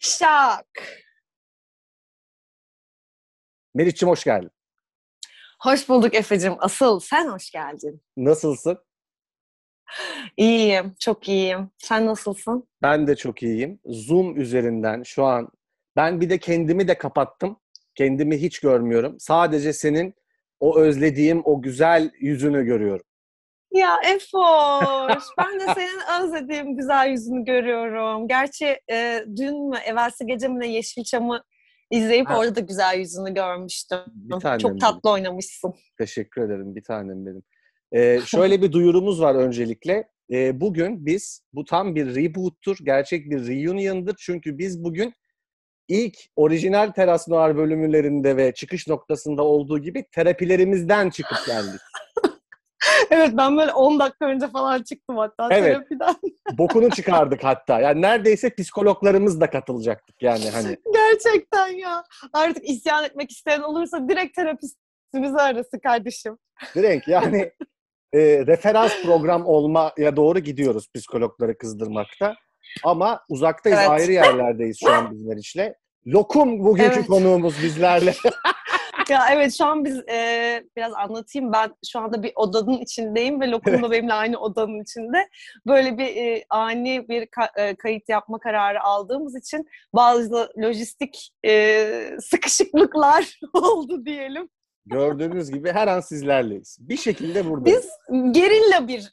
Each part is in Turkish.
Şak. Meriç'ciğim hoş geldin. Hoş bulduk Efe'cim. Asıl sen hoş geldin. Nasılsın? İyiyim, çok iyiyim. Sen nasılsın? Ben de çok iyiyim. Zoom üzerinden şu an ben bir de kendimi de kapattım. Kendimi hiç görmüyorum. Sadece senin o özlediğim o güzel yüzünü görüyorum. Ya Efoş, ben de senin özlediğim güzel yüzünü görüyorum. Gerçi dün mü, evvelsi gece mi ne Yeşilçam'ı izleyip Ha, orada da güzel yüzünü görmüştüm. bir Çok tanem benim. tatlı oynamışsın. Teşekkür ederim. Bir tanem benim. Şöyle bir duyurumuz var öncelikle. Bugün biz, bu tam bir reboot'tur. Gerçek bir reunion'dır. Çünkü biz bugün ilk orijinal Teras Noir bölümlerinde ve çıkış noktasında olduğu gibi terapilerimizden çıkıp geldik. Evet, ben böyle 10 dakika önce falan çıktım hatta Evet, terapiden. bokunu çıkardık hatta. Yani neredeyse psikologlarımız da katılacaktık yani hani. Gerçekten ya. Artık isyan etmek isteyen olursa direkt terapistimizi arasın kardeşim. Direkt yani referans program olmaya doğru gidiyoruz psikologları kızdırmakta. Ama uzaktayız, Evet. ayrı yerlerdeyiz şu an bizler işle. Lokum bugünkü Evet. konuğumuz bizlerle. Ya evet, şu an biz biraz anlatayım. Ben şu anda bir odanın içindeyim ve Lokum da benimle aynı odanın içinde. Böyle bir ani bir kayıt yapma kararı aldığımız için bazı lojistik sıkışıklıklar oldu diyelim. Gördüğünüz gibi her an sizlerleyiz. Bir şekilde buradayız. Biz gerilla bir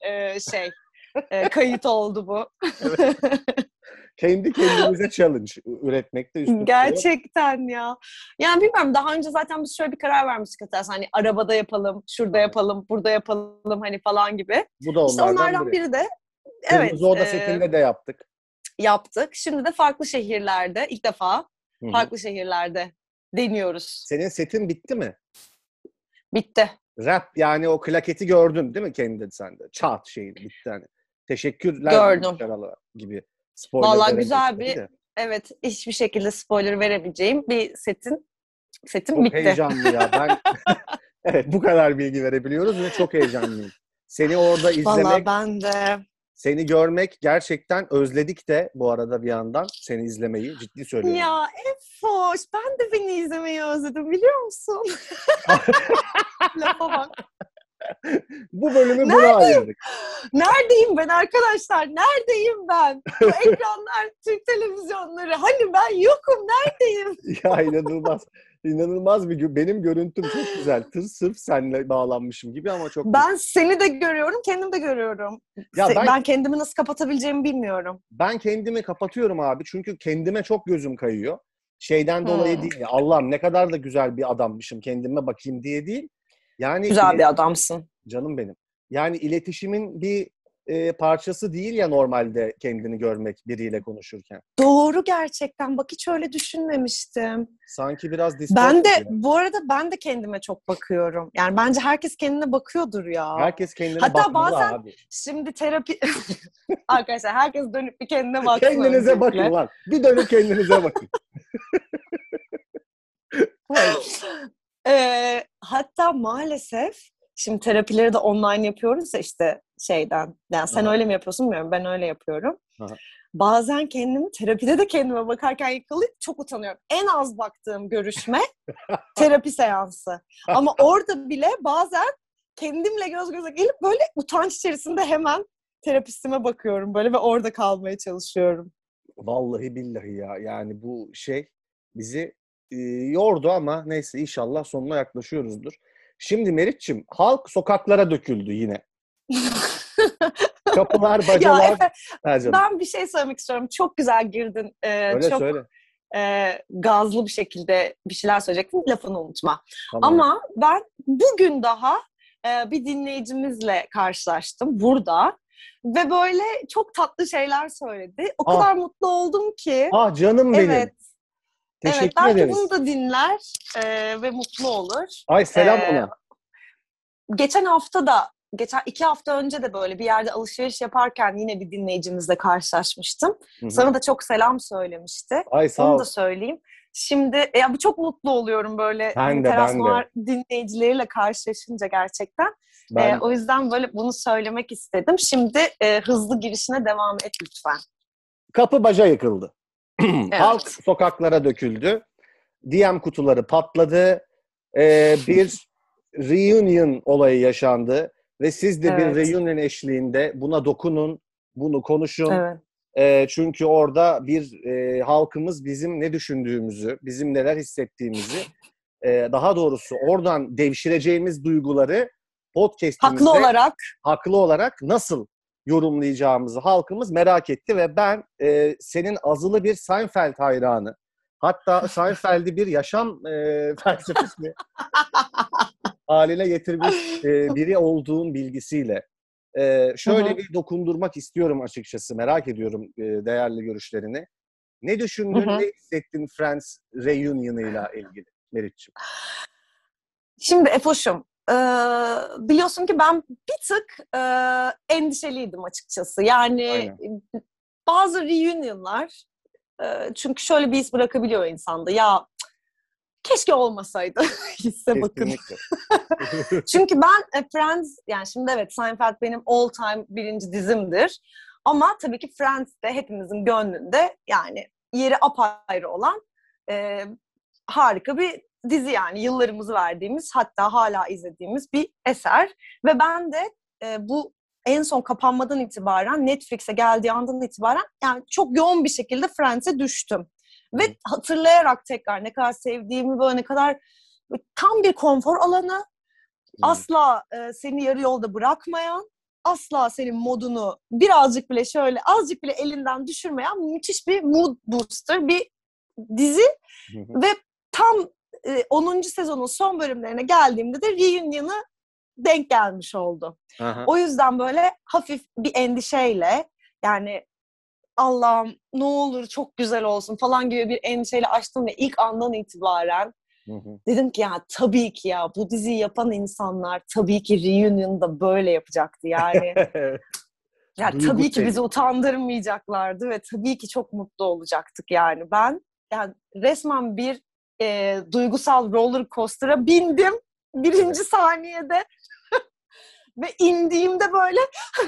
kayıt oldu bu. Evet. Kendi kendimize challenge üretmekte üstün. Gerçekten ya. Yani bilmiyorum, daha önce zaten biz şöyle bir karar vermiştik hatta, hani arabada yapalım, şurada yapalım, burada yapalım hani falan gibi. Bu da İşte onlardan onlardan biri. biri de evet, Kırmızı Oda setinde de yaptık. yaptık. Şimdi de farklı şehirlerde, ilk defa Hı hı. farklı şehirlerde deniyoruz. Senin setin bitti mi? Bitti. Rap yani o klaketi gördün değil mi kendi sende? Çat şeyi bitti hani. Teşekkürler Gördüm. Gülşen gibi. Spoiler Vallahi veremeyiz güzel tabii bir, de. evet, hiçbir şekilde spoiler veremeyeceğim bir setim Çok bitti. heyecanlı ya. Ben evet bu kadar bilgi verebiliyoruz ve çok heyecanlıyım. Seni orada Vallahi izlemek, ben de. seni görmek gerçekten özledik de bu arada bir yandan seni izlemeyi ciddi söylüyorum. Ya Efoş, ben de beni izlemeyi özledim, biliyor musun? Lafa bak. Bu bölümü buna Neredeyim? ayırdık. Neredeyim ben arkadaşlar? Neredeyim ben? Bu ekranlar, Türk televizyonları. Hani ben yokum. Neredeyim? Ya inanılmaz. İnanılmaz bir benim görüntüm çok güzel. Sırf seninle bağlanmışım gibi ama çok güzel. Ben seni de görüyorum, kendim de görüyorum. Ya Ben kendimi nasıl kapatabileceğimi bilmiyorum. ben kendimi kapatıyorum abi. Çünkü kendime çok gözüm kayıyor. Şeyden dolayı Hmm. değil. Allah'ım ne kadar da güzel bir adammışım kendime bakayım diye değil. Yani Güzel bir adamsın. canım benim. Yani iletişimin bir parçası değil ya normalde kendini görmek biriyle konuşurken. Doğru, gerçekten. Bak, hiç öyle düşünmemiştim. Sanki biraz Ben distorted de, yani. bu arada ben de kendime çok bakıyorum. Yani bence herkes kendine bakıyordur ya. Herkes kendine Hatta bakmalı bazen abi. şimdi terapi... Arkadaşlar, herkes dönüp bir kendine baksın Kendinize bakın öncelikle. lan. Bir dönüp kendinize bakın. Vallahi. Hatta maalesef şimdi terapileri de online yapıyoruz ya, işte şeyden. Yani sen Aha, öyle mi yapıyorsun bilmiyorum. Ben öyle yapıyorum. aha. Bazen kendimi terapide de kendime bakarken yakalayıp çok utanıyorum. En az baktığım görüşme terapi seansı. Ama orada bile bazen kendimle göz göze gelip böyle utanç içerisinde hemen terapistime bakıyorum böyle ve orada kalmaya çalışıyorum. Vallahi billahi ya. Yani bu şey bizi yordu ama neyse inşallah sonuna yaklaşıyoruzdur. Şimdi Meriç'çim halk sokaklara döküldü yine. Kapılar, Ya bacalar. Efe, Ha canım. ben bir şey söylemek istiyorum. Çok güzel girdin. Öyle Çok söyle. gazlı bir şekilde bir şeyler söyleyecektim. Lafını unutma. Tamam. Ama ben bugün daha bir dinleyicimizle karşılaştım burada. Ve böyle çok tatlı şeyler söyledi. O Ah, kadar mutlu oldum ki. ah canım benim. Evet, evet, Teşekkür belki bunu ederiz. da dinler ve mutlu olur. Ay selam E, ona. Geçen hafta da, geçen 2 hafta önce de böyle bir yerde alışveriş yaparken yine bir dinleyicimizle karşılaşmıştım. Hı hı. Sana da çok selam söylemişti. Ay sağ Onu ol. da söyleyeyim. Şimdi ya, bu çok mutlu oluyorum böyle Ben hani de Teras ben de. Noir dinleyicileriyle karşılaşınca gerçekten. Ben O yüzden böyle bunu söylemek istedim. Şimdi hızlı girişine devam et lütfen. kapı baca yıkıldı. Halk Evet. sokaklara döküldü. DM kutuları patladı. Bir reunion olayı yaşandı. Ve siz de bir Evet. reunion eşliğinde buna dokunun, bunu konuşun. Evet. Çünkü orada bir halkımız bizim ne düşündüğümüzü, bizim neler hissettiğimizi, daha doğrusu oradan devşireceğimiz duyguları Haklı podcast'imizde olarak. haklı olarak nasıl yorumlayacağımızı halkımız merak etti ve ben senin azılı bir Seinfeld hayranı, hatta Seinfeld'i bir yaşam felsefesi haline getirmiş biri olduğun bilgisiyle Hı şöyle hı. bir dokundurmak istiyorum açıkçası. Merak ediyorum değerli görüşlerini. Ne Hı düşündün, hı. ne hissettin Friends Reunion'ıyla ilgili Meriç'ciğim? Şimdi Efoş'um, biliyorsun ki ben bir tık endişeliydim açıkçası. Yani Aynen. bazı reunion'lar çünkü şöyle bir his bırakabiliyor insanda. Ya keşke olmasaydı hisse bakın. Kesinlikle. Çünkü ben Friends, yani şimdi evet Seinfeld benim all time birinci dizimdir. Ama tabii ki Friends de hepimizin gönlünde yani yeri apayrı olan harika bir dizi yani. Yıllarımızı verdiğimiz, hatta hala izlediğimiz bir eser. Ve ben de bu en son kapanmadan itibaren, Netflix'e geldiği andan itibaren yani çok yoğun bir şekilde Friends'e düştüm. Ve hatırlayarak tekrar ne kadar sevdiğimi, böyle ne kadar tam bir konfor alanı, asla seni yarı yolda bırakmayan, asla senin modunu birazcık bile şöyle azıcık bile elinden düşürmeyen müthiş bir mood booster bir dizi. Ve tam 10. sezonun son bölümlerine geldiğimde de reunion'ı denk gelmiş oldu. Aha. O yüzden böyle hafif bir endişeyle, yani Allah'ım ne olur çok güzel olsun falan gibi bir endişeyle açtım ve ilk andan itibaren dedim ki ya tabii ki ya bu diziyi yapan insanlar tabii ki reunion'da böyle yapacaktı yani. Ya Duygu tabii ki bizi seli. utandırmayacaklardı ve tabii ki çok mutlu olacaktık yani. Ben yani resmen bir duygusal roller coaster'a bindim birinci Evet. saniyede ve indiğimde böyle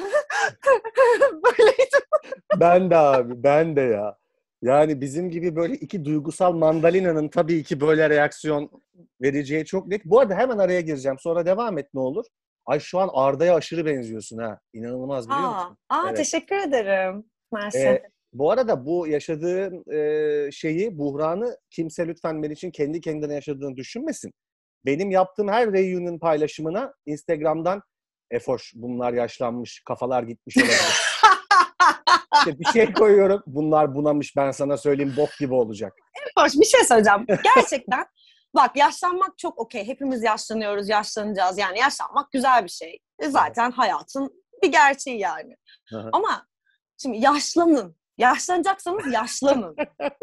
böyleydim. Ben de abi, ben de ya. Yani bizim gibi böyle iki duygusal mandalina'nın tabii ki böyle reaksiyon vereceği çok net. Bu arada hemen araya gireceğim. Sonra devam et ne olur. Ay şu an Arda'ya aşırı benziyorsun ha. İnanılmaz biliyor musun? Evet. Teşekkür ederim. Mersi. Bu arada bu yaşadığın şeyi, buhranı kimse lütfen Meriç'in kendi kendine yaşadığını düşünmesin. Benim yaptığım her reunion paylaşımına Instagram'dan Efoş bunlar yaşlanmış, kafalar gitmiş olabilir. İşte bir şey koyuyorum. Bunlar bunamış, ben sana söyleyeyim, bok gibi olacak. Hoş bir şey söyleyeceğim. Gerçekten bak yaşlanmak çok okey. Hepimiz yaşlanıyoruz, yaşlanacağız. Yani yaşlanmak güzel bir şey. Zaten hayatın bir gerçeği yani. Ama şimdi yaşlanın. Yaşlanacaksanız yaşlanın.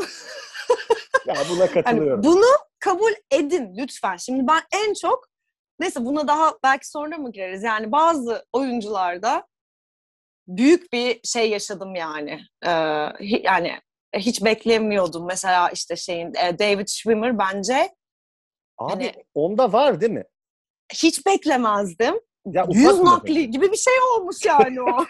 Ya buna Hani katılıyorum. bunu kabul edin lütfen. Şimdi ben en çok, neyse buna daha belki sonra mı gireriz? Yani bazı oyuncularda büyük bir şey yaşadım yani. Yani hiç beklemiyordum. Mesela işte David Schwimmer bence Abi hani onda var değil mi? hiç beklemezdim. Ya Yüz ufak mı peki? nakli gibi bir şey olmuş yani o.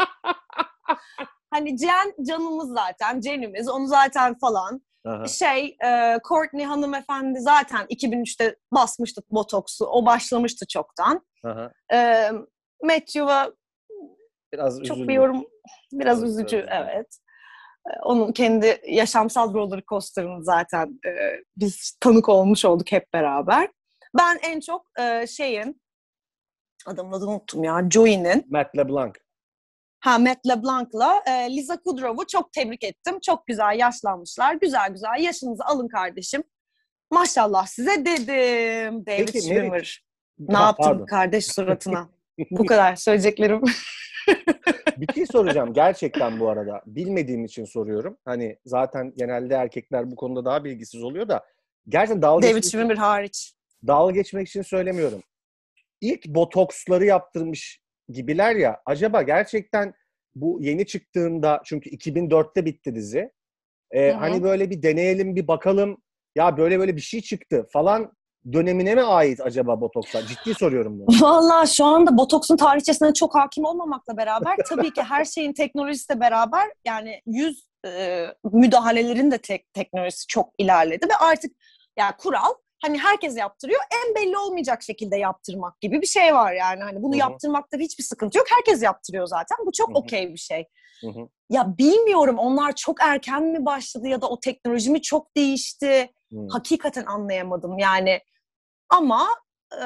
Hani canımız zaten, Jen'imiz, onu zaten falan. Aha, Courtney hanımefendi zaten 2003'te basmıştı botoksu. O başlamıştı çoktan. aha. E, Matthew'a Biraz çok bir üzüldüm. yorum, biraz Evet, biraz üzücü, üzüldüm. evet. Onun kendi yaşamsal roller coaster'ını zaten biz tanık olmuş olduk hep beraber. Ben en çok adamın adını unuttum ya, Joey'nin, Matt LeBlanc. Matt LeBlanc'la Lisa Kudrow'u çok tebrik ettim. Çok güzel yaşlanmışlar. Güzel güzel yaşınızı alın kardeşim. Maşallah size dedim. David Peki Meriç. Schwimmer. Ne Ha, yaptın pardon. kardeş suratına? Bu kadar söyleyeceklerim. Bir şey soracağım gerçekten bu arada. Bilmediğim için soruyorum. Hani zaten genelde erkekler bu konuda daha bilgisiz oluyor da. Gerçekten David Schwimmer hariç. dalga geçmek için söylemiyorum. İlk botoksları yaptırmış gibiler ya. Acaba gerçekten bu yeni çıktığında, çünkü 2004'te bitti dizi. Hı Hani hı. böyle bir deneyelim, bir bakalım. Ya böyle bir şey çıktı falan dönemine mi ait acaba botokslar? Ciddi soruyorum bunu. Vallahi şu anda botoksun tarihçesine çok hakim olmamakla beraber tabii ki her şeyin teknolojisiyle beraber yani yüz müdahalelerin de teknolojisi çok ilerledi ve artık yani kural hani herkes yaptırıyor, en belli olmayacak şekilde yaptırmak gibi bir şey var yani. Hani bunu Hı hı. yaptırmakta hiçbir sıkıntı yok. Herkes yaptırıyor zaten. Bu Hı çok hı. okey bir şey. Hı hı. Ya bilmiyorum, onlar çok erken mi başladı ya da o teknoloji mi çok değişti? Hı. Hakikaten anlayamadım yani. Ama e,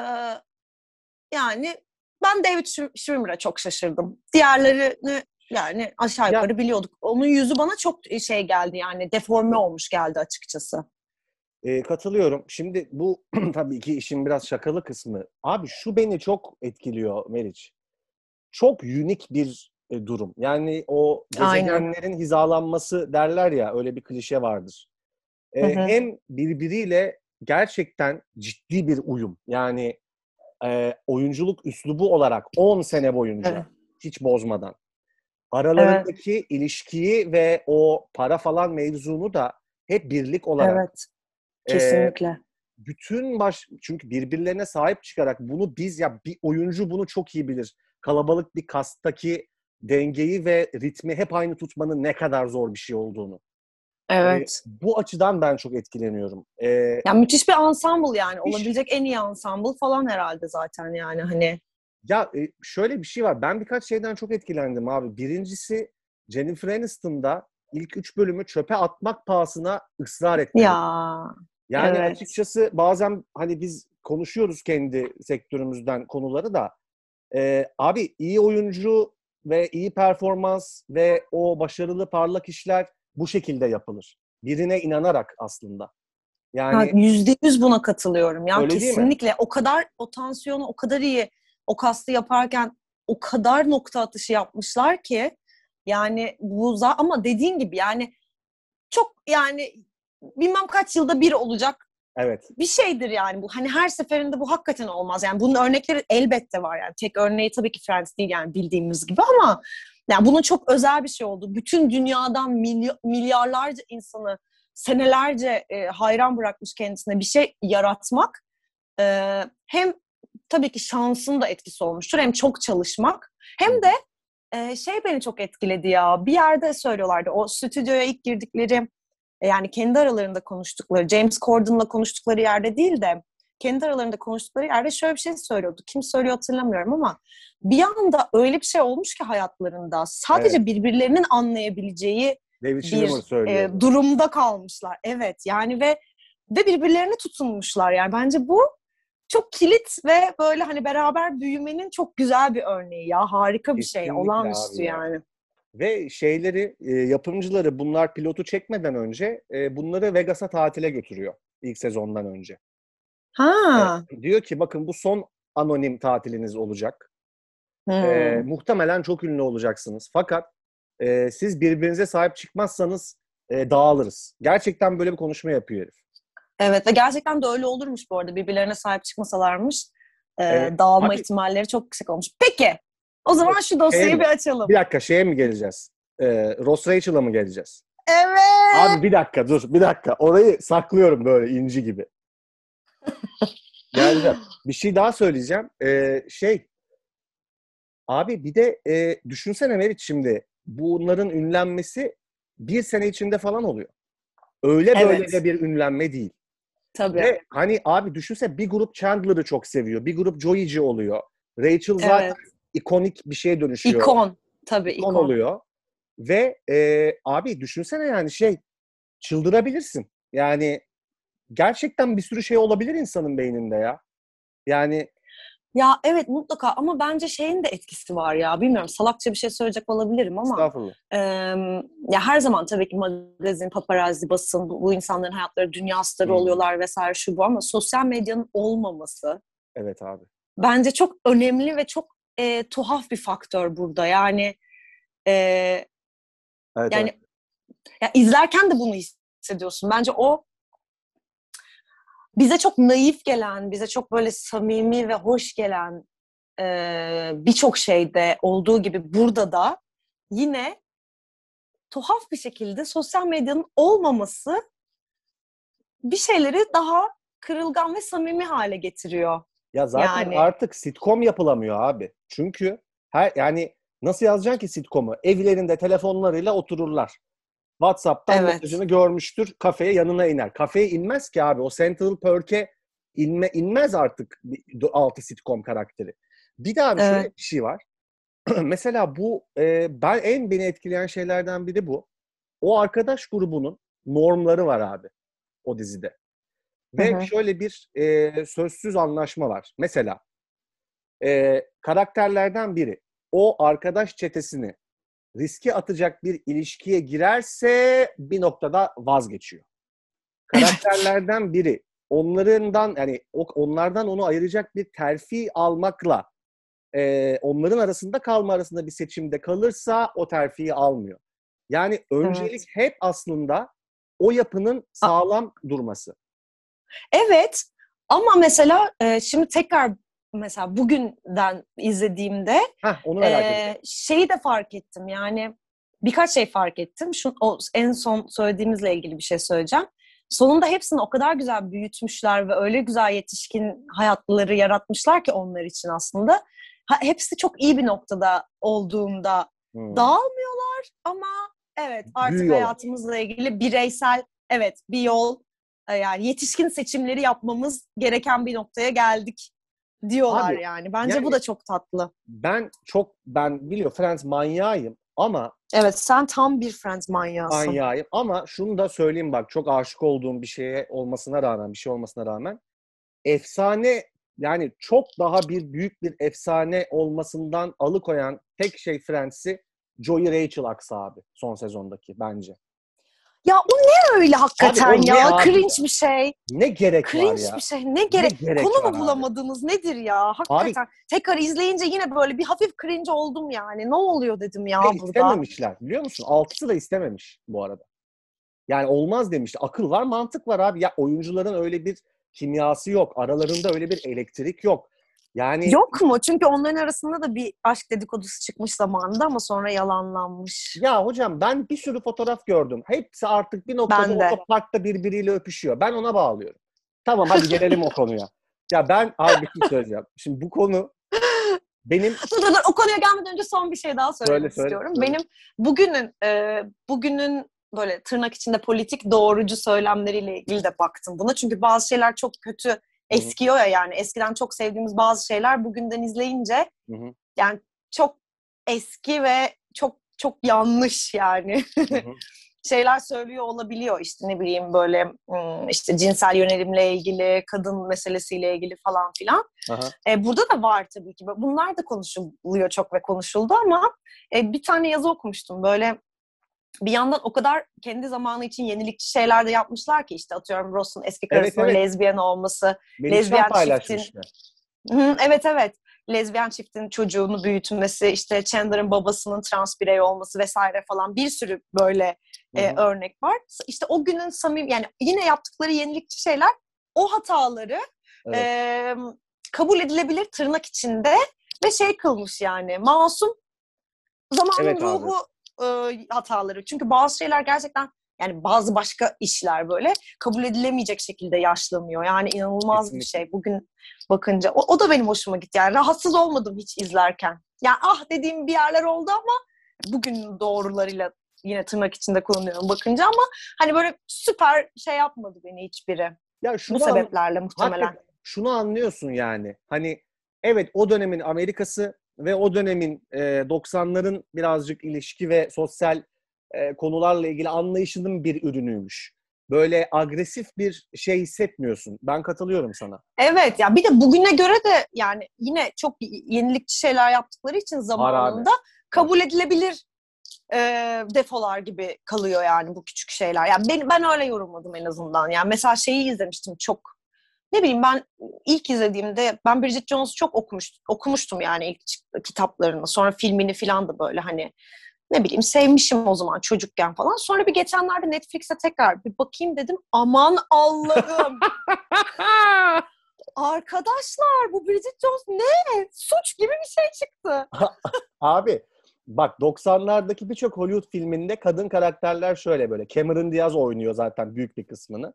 yani ben David Schwimmer'a çok şaşırdım. Diğerlerini yani aşağı Ya yukarı biliyorduk. Onun yüzü bana çok şey geldi yani, deforme olmuş geldi açıkçası. katılıyorum. Şimdi bu tabii ki işin biraz şakalı kısmı. Abi şu beni çok etkiliyor Meriç. Çok unik bir durum. Yani o Aynen. gezegenlerin hizalanması derler ya, öyle bir klişe vardır. Hı hı. Hem birbiriyle gerçekten ciddi bir uyum. Yani oyunculuk üslubu olarak 10 sene boyunca Evet. hiç bozmadan. Evet. Aralarındaki ilişkiyi ve o para falan mevzunu da hep birlik olarak Evet. e, Kesinlikle. çünkü birbirlerine sahip çıkarak bunu biz, ya bir oyuncu bunu çok iyi bilir. Kalabalık bir kastaki dengeyi ve ritmi hep aynı tutmanın ne kadar zor bir şey olduğunu. Evet. Bu açıdan ben çok etkileniyorum. Yani müthiş bir ensemble yani. İş Olabilecek en iyi ensemble falan herhalde zaten yani hani. Ya şöyle bir şey var. Ben birkaç şeyden çok etkilendim abi. Birincisi, Jennifer Aniston'da ilk 3 bölümü çöpe atmak pahasına ısrar etmeleri. Ya Yani evet. açıkçası bazen hani biz konuşuyoruz kendi sektörümüzden konuları da. Abi iyi oyuncu ve iyi performans ve o başarılı parlak işler bu şekilde yapılır. Birine inanarak aslında. Ha, Yani %100 buna katılıyorum ya, öyle değil mi? kesinlikle. O kadar o tansiyonu o kadar iyi, o kastı yaparken o kadar nokta atışı yapmışlar ki yani ama dediğin gibi yani çok yani bilmem kaç yılda bir olacak Evet. bir şeydir yani bu. Hani her seferinde bu hakikaten olmaz. Yani bunun örnekleri elbette var yani. Tek örneği tabii ki Friends değil yani, bildiğimiz gibi, ama yani bunun çok özel bir şey oldu. Bütün dünyadan milyarlarca insanı senelerce hayran bırakmış kendisine bir şey yaratmak. Hem tabii ki şansın da etkisi olmuştur. Hem çok çalışmak. Hem Hı de hı. şey beni çok etkiledi ya. Bir yerde söylüyorlardı. O stüdyoya ilk girdikleri, yani kendi aralarında konuştukları, James Corden'la konuştukları yerde değil de kendi aralarında konuştukları yerde şöyle bir şey söylüyordu. Kim söylüyor hatırlamıyorum ama bir anda öyle bir şey olmuş ki hayatlarında Evet. sadece birbirlerinin anlayabileceği David Schwimmer bir söylüyordu. durumda kalmışlar. Evet yani ve birbirlerine tutunmuşlar. Yani bence bu çok kilit ve böyle hani beraber büyümenin çok güzel bir örneği ya. Harika bir şey. Kesinlikle abi Olağanüstü ya. yani. Ve şeyleri, yapımcıları bunlar pilotu çekmeden önce bunları Vegas'a tatile götürüyor ilk sezondan önce. Ha. Diyor ki bakın bu son anonim tatiliniz olacak. Hmm. Muhtemelen çok ünlü olacaksınız. Fakat siz birbirinize sahip çıkmazsanız dağılırız. Gerçekten böyle bir konuşma yapıyor herif. Evet ve gerçekten de öyle olurmuş bu arada. Birbirlerine sahip çıkmasalarmış dağılma Abi ihtimalleri çok yüksek olmuş. Peki, o zaman şu şeye dosyayı mi? bir Bir açalım. dakika, şeye mi geleceğiz? Ross Rachel'a mı geleceğiz? Evet. Abi bir dakika dur, bir dakika. Orayı saklıyorum böyle inci gibi. Geleceğim. Bir şey daha söyleyeceğim. Abi bir de düşünsene Meriç, şimdi bunların ünlenmesi bir sene içinde falan oluyor. Öyle böyle Evet. de bir ünlenme değil. Tabii. Ve hani abi düşünsene, bir grup Chandler'ı çok seviyor. Bir grup Joey'ci oluyor. Rachel zaten Evet. ikonik bir şeye dönüşüyor. İkon. Tabii İkon ikon. oluyor. Ve abi düşünsene yani çıldırabilirsin. Yani gerçekten bir sürü şey olabilir insanın beyninde ya. Yani Ya evet, mutlaka, ama bence şeyin de etkisi var ya. Bilmiyorum, salakça bir şey söyleyecek olabilirim ama estağfurullah. ya her zaman tabii ki magazin, paparazzi, basın, bu insanların hayatları, dünya starı Hmm, oluyorlar vesaire, şu bu, ama sosyal medyanın olmaması evet abi. bence çok önemli ve çok tuhaf bir faktör burada. E, Evet, evet. yani ya izlerken de bunu hissediyorsun. Bence o bize çok naif gelen, bize çok böyle samimi ve hoş gelen birçok şeyde olduğu gibi burada da yine tuhaf bir şekilde sosyal medyanın olmaması bir şeyleri daha kırılgan ve samimi hale getiriyor. Ya zaten Yani artık sitcom yapılamıyor abi. Çünkü yani nasıl yazacaksın ki sitcomu? Evlerinde telefonlarıyla otururlar. WhatsApp'tan Evet. mesajını görmüştür. Kafeye yanına iner. Kafeye inmez ki abi. O Central Perk'e inmez artık 6 sitcom karakteri. Bir daha abi şöyle Evet. bir şey var. Mesela bu beni etkileyen şeylerden biri bu. O arkadaş grubunun normları var abi o dizide. Hı Ve hı. şöyle bir sözsüz anlaşma var. Mesela karakterlerden biri o arkadaş çetesini riske atacak bir ilişkiye girerse bir noktada vazgeçiyor. Karakterlerden biri onlardan onu ayıracak bir terfi almakla onların arasında kalma arasında bir seçimde kalırsa o terfiyi almıyor. Yani öncelik Evet. hep aslında o yapının sağlam durması. Evet ama mesela şimdi tekrar mesela bugünden izlediğimde Onu merak ediyorum. şeyi de fark ettim yani birkaç şey fark ettim. En son söylediğimizle ilgili bir şey söyleyeceğim. Sonunda hepsini o kadar güzel büyütmüşler ve öyle güzel yetişkin hayatları yaratmışlar ki onlar için aslında. Hepsi çok iyi bir noktada olduğunda dağılmıyorlar ama evet artık Büyüyorlar. hayatımızla ilgili bireysel evet bir yol yani yetişkin seçimleri yapmamız gereken bir noktaya geldik diyorlar Abi yani. Bence bu yani da çok tatlı. ben biliyor Friends manyağıyım ama Evet sen tam bir Friends manyağısın. şunu da söyleyeyim bak çok aşık olduğum bir şeye olmasına rağmen bir şey olmasına rağmen efsane yani çok daha büyük bir efsane olmasından alıkoyan tek şey Friends'i Joey Rachel aksı abi son sezondaki bence. Ya o ne öyle Abi hakikaten o ne ya? abi Cringe ya? bir şey. Ne gerek var Cringe bir ya? şey. Ne Ne gerek? gerek Konu var mu abi? bulamadınız? Nedir ya? Abi Hakikaten. Tekrar izleyince yine böyle bir hafif cringe oldum yani. Ne oluyor dedim ya burada. istememişler biliyor musun? Altısı da istememiş bu arada. Yani olmaz demişti. Akıl var, mantık var abi. Ya oyuncuların öyle bir kimyası yok. Aralarında öyle bir elektrik yok. Yani Yok mu? Çünkü onların arasında da bir aşk dedikodusu çıkmış zamanında ama sonra yalanlanmış. ya hocam ben bir sürü fotoğraf gördüm. Hepsi artık bir noktada Ben de. otoparkta birbiriyle öpüşüyor. Ben ona bağlıyorum. Tamam hadi gelelim o konuya. Ya ben abi bir şey söyleyeceğim. Şimdi bu konu benim Dur. O konuya gelmeden önce son bir şey daha söyle söylemek söyle istiyorum. söyle. Benim bugünün böyle tırnak içinde politik doğrucu söylemleriyle ilgili de baktım buna. Çünkü bazı şeyler çok kötü Hı hı, eskiyor ya yani. Eskiden çok sevdiğimiz bazı şeyler bugünden izleyince hı hı, yani çok eski ve çok çok yanlış yani. hı hı. Şeyler söylüyor olabiliyor işte ne bileyim böyle işte cinsel yönelimle ilgili, kadın meselesiyle ilgili falan filan. Aha, Burada da var tabii ki. Bunlar da konuşuluyor çok ve konuşuldu ama bir tane yazı okumuştum. Böyle bir yandan o kadar kendi zamanı için yenilikçi şeyler de yapmışlar ki işte atıyorum Ross'un eski evet karısının evet. lezbiyen olması, Melikşah lezbiyen çiftin paylaşmıştı. evet lezbiyen çiftin çocuğunu büyütmesi, işte Chandler'ın babasının trans birey olması vesaire falan bir sürü böyle Hı hı, örnek var. İşte o günün samimi yani yine yaptıkları yenilikçi şeyler o hataları evet. e, kabul edilebilir tırnak içinde ve şey kılmış yani masum zamanın Evet abi. ruhu hataları. Çünkü bazı şeyler gerçekten yani bazı başka işler böyle kabul edilemeyecek şekilde yaşlanıyor. Yani inanılmaz bir Kesinlikle. şey. Bugün bakınca o da benim hoşuma gitti. Yani rahatsız olmadım hiç izlerken. Yani dediğim bir yerler oldu ama bugün doğrularıyla yine tırnak içinde kullanıyorum bakınca ama hani böyle süper şey yapmadı beni hiçbiri. Ya Bu sebeplerle muhtemelen. hakikaten şunu anlıyorsun yani. Hani evet o dönemin Amerika'sı ve o dönemin 90'ların birazcık ilişki ve sosyal konularla ilgili anlayışının bir ürünüymüş. Böyle agresif bir şey hissetmiyorsun. Ben katılıyorum sana. Evet ya bir de bugüne göre de yani yine çok yenilikçi şeyler yaptıkları için Var abi. zamanında Var. kabul edilebilir e, defolar gibi kalıyor yani bu küçük şeyler. Yani ben öyle yorumladım en azından. Yani mesela şeyi izlemiştim çok ne bileyim ben ilk izlediğimde ben Bridget Jones'u çok okumuştum yani ilk kitaplarını. Sonra filmini falan da böyle hani ne bileyim sevmişim o zaman çocukken falan. Sonra bir geçenlerde Netflix'e tekrar bir bakayım dedim. Aman Allah'ım. Arkadaşlar bu Bridget Jones ne? Suç gibi bir şey çıktı. Abi bak 90'lardaki birçok Hollywood filminde kadın karakterler şöyle böyle. Cameron Diaz oynuyor zaten büyük bir kısmını.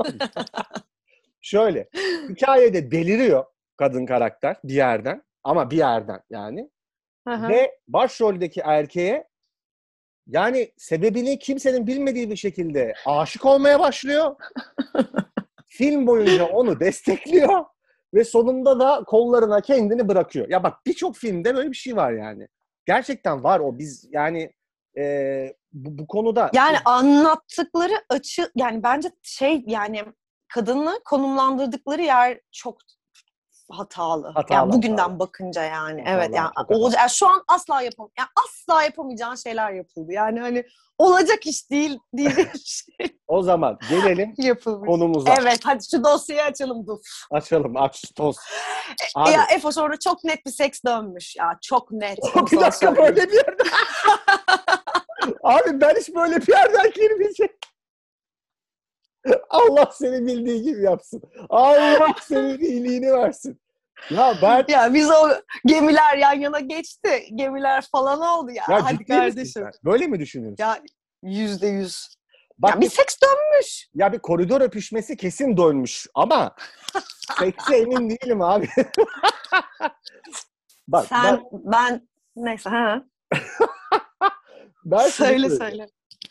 Şöyle. Hikayede deliriyor kadın karakter bir yerden. Ama bir yerden yani. Hı hı. Ve başroldeki erkeğe Yani sebebini kimsenin bilmediği bir şekilde aşık olmaya başlıyor. Film boyunca onu destekliyor ve sonunda da kollarına kendini bırakıyor. Ya bak, birçok filmde böyle bir şey var yani. Gerçekten var o. Biz yani bu konuda Yani anlattıkları açı, yani bence yani kadını konumlandırdıkları yer çok hatalı. Yani bugünden bakınca yani. Evet yani şu an asla yapamayacağın şeyler yapıldı. Yani hani olacak iş değil diyecek şey. O zaman gelelim konumuza. Evet, hadi şu dosyayı açalım. Açalım, aç toz. Ya Efo, sonra çok net bir seks dönmüş ya. Çok net. Bir dakika, böyle bir yerden. Abi ben hiç böyle bir yerden girmeyeceğim. Allah seni bildiği gibi yapsın. Allah senin iyiliğini versin. Ya biz o gemiler yan yana geçti. Gemiler falan oldu ya. Hadi kardeşim. Böyle mi düşünüyorsun? Ya %100. Ya bir seks dönmüş. Ya bir koridor öpüşmesi kesin dönmüş ama sekse emin değilim abi. Bak, ben neyse ha. Söyle.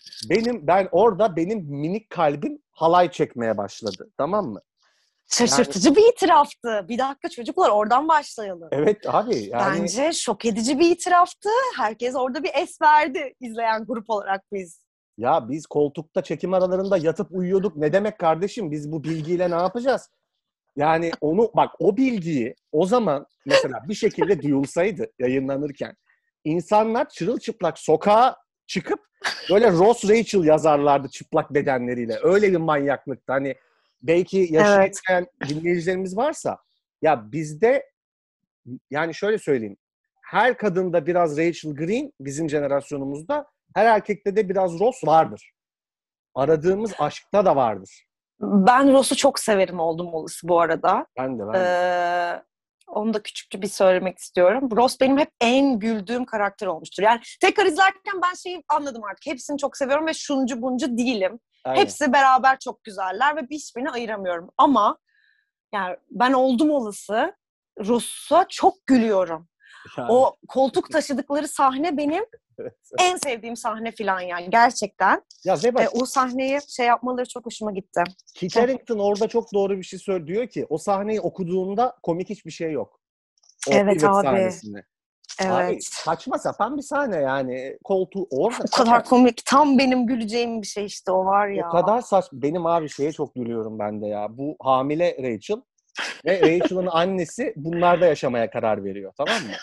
Benim minik kalbim halay çekmeye başladı. Tamam mı? Şaşırtıcı bir itiraftı. Bir dakika çocuklar, oradan başlayalım. Evet abi. Yani... Bence şok edici bir itiraftı. Herkes orada bir es verdi, izleyen grup olarak biz. Ya biz koltukta çekim aralarında yatıp uyuyorduk. Ne demek kardeşim? Biz bu bilgiyle ne yapacağız? Yani o bilgiyi o zaman mesela bir şekilde duyulsaydı yayınlanırken, insanlar çırılçıplak sokağa çıkıp böyle Ross Rachel yazarlardı çıplak bedenleriyle. Öyle bir manyaklıkta. Hani belki yaşayan dinleyicilerimiz varsa, ya bizde, yani şöyle söyleyeyim, her kadında biraz Rachel Green bizim jenerasyonumuzda, her erkekte de biraz Ross vardır. Aradığımız aşkta da vardır. Ben Ross'u çok severim oldum olası bu arada. Ben de. Onu da küçükçe bir söylemek istiyorum. Ross benim hep en güldüğüm karakter olmuştur. Yani tekrar izlerken ben şeyi anladım artık. Hepsini çok seviyorum ve şuncu buncu değilim. Aynen. Hepsi beraber çok güzeller ve hiçbirini ayıramıyorum. Ama yani ben oldum olası Ross'a çok gülüyorum. Yani. O koltuk taşıdıkları sahne benim en sevdiğim sahne falan yani gerçekten. Ya o sahneyi yapmaları çok hoşuma gitti. Kit Harington orada çok doğru bir şey söylüyor. Diyor ki o sahneyi okuduğunda komik hiçbir şey yok. O evet abi. Sahnesinde. Evet. Abi saçma sapan bir sahne yani. Koltuğu orada. O kadar komik. Tam benim güleceğim bir şey işte, o var ya. O kadar saçma. Benim abi şeye çok gülüyorum ben de ya. Bu hamile Rachel ve Rachel'ın annesi bunlarda yaşamaya karar veriyor. Tamam mı?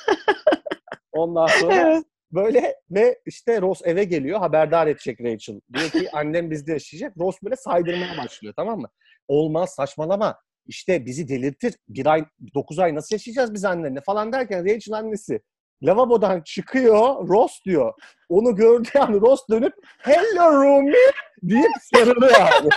Ondan sonra evet. Böyle ve işte Ross eve geliyor, haberdar edecek Rachel. Diyor ki annem bizde yaşayacak. Ross böyle saydırmaya başlıyor, tamam mı? Olmaz, saçmalama. İşte bizi delirtir. 9 ay nasıl yaşayacağız biz annenle falan derken Rachel annesi lavabodan çıkıyor. Ross diyor. Onu gördüğü an Ross dönüp hello Rumi deyip sarılıyor abi.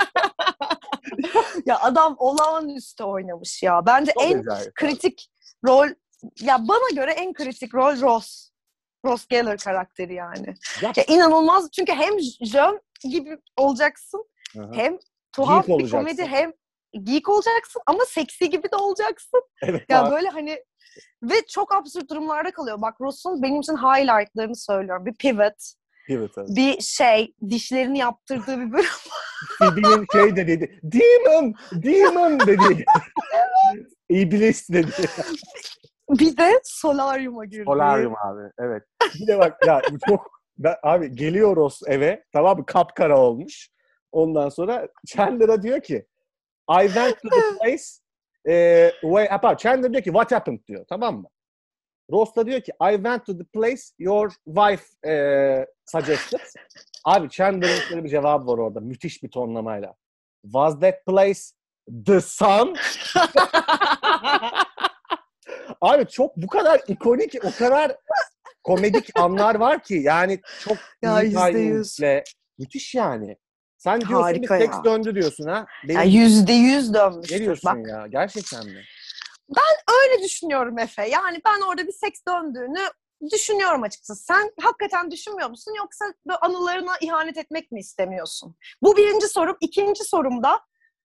Ya adam olağanüstü oynamış ya. Bence çok en kritik rol, ya bana göre en kritik rol Ross. Ross Geller karakteri yani. Ya inanılmaz, çünkü hem jön gibi olacaksın, hı-hı, hem tuhaf bir komedi, hem geek olacaksın ama seksi gibi de olacaksın. Evet, ya abi. Böyle hani ve çok absürt durumlarda kalıyor. Bak Ross'un benim için highlightlarını söylüyorum. Bir pivot. Evet. Bir dişlerini yaptırdığı bir bölüm. Phoebe'nin dedi. Demon dedi. İblis dedi. Bir de solaryuma girdi. Solaryum abi, evet. Bir de bak ya abi geliyor Ross eve, tamam mı, kapkara olmuş. Ondan sonra Chandler'a diyor ki I went to the place Chandler diyor ki what happened diyor, tamam mı? Ross da diyor ki I went to the place your wife suggested. Abi Chandler'ın şöyle bir cevabı var orada, müthiş bir tonlamayla. Was that place the sun? Abi çok bu kadar ikonik, o kadar komedik anlar var ki yani çok iyi timingle, müthiş yani. Sen diyorsun harika bir seks ya. Döndü diyorsun ha. Ya %100 dönmüştür. Ne diyorsun bak. Ya gerçekten mi? Ben öyle düşünüyorum Efe. Yani ben orada bir seks döndüğünü düşünüyorum açıkçası. Sen hakikaten düşünmüyor musun? Yoksa anılarına ihanet etmek mi istemiyorsun? Bu birinci sorum. İkinci sorumda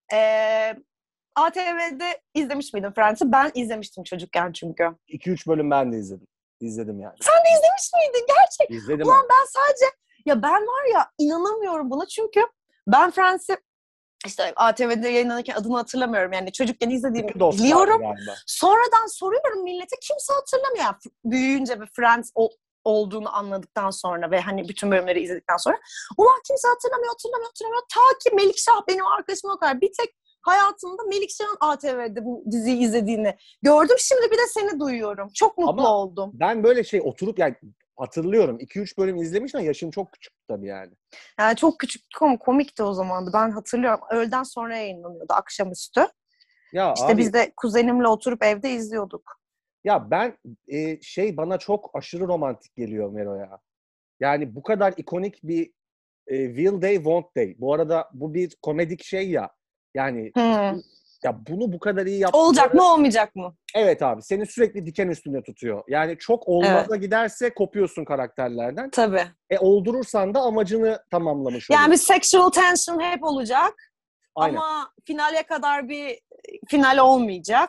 ATV'de izlemiş miydin Friends'i? Ben izlemiştim çocukken çünkü. 2-3 bölüm ben de izledim. İzledim yani. Sen de izlemiş miydin? Gerçekten. İzledim. Ulan ben sadece Ya ben var ya inanamıyorum buna çünkü ben Friends'i işte ATV'de yayınlanırken adını hatırlamıyorum. Yani çocukken izlediğimi İki dostlardı biliyorum. galiba. Sonradan soruyorum millete kimse hatırlamıyor. Yani büyüyünce bir Friends olduğunu anladıktan sonra ve hani bütün bölümleri izledikten sonra ulan kimse hatırlamıyor. Ta ki Melikşah benim arkadaşım o kadar. Bir tek hayatımda Melikşah'ın ATV'de bu diziyi izlediğini gördüm. Şimdi bir de seni duyuyorum. Çok mutlu Ama oldum. ben böyle şey oturup yani hatırlıyorum. 2-3 bölüm izlemiştim ama yaşım çok küçük tabii yani. Yani çok küçük komikti o zamandı. Ben hatırlıyorum. Öğleden sonra yayınlanıyordu akşamüstü. Ya İşte abi biz de kuzenimle oturup evde izliyorduk. ya ben şey bana çok aşırı romantik geliyor Mero ya. Yani bu kadar ikonik bir Will They Won't They. Bu arada bu bir komedik şey ya. Yani Hmm. ya bunu bu kadar iyi Olacak yaptıkları mı olmayacak mı? evet abi seni sürekli diken üstünde tutuyor. Yani çok Evet. olmaza giderse kopuyorsun karakterlerden. Tabii. Oldurursan da amacını tamamlamış Yani bir oluyorsun. sexual tension hep olacak. Aynen. Ama finale kadar bir final olmayacak.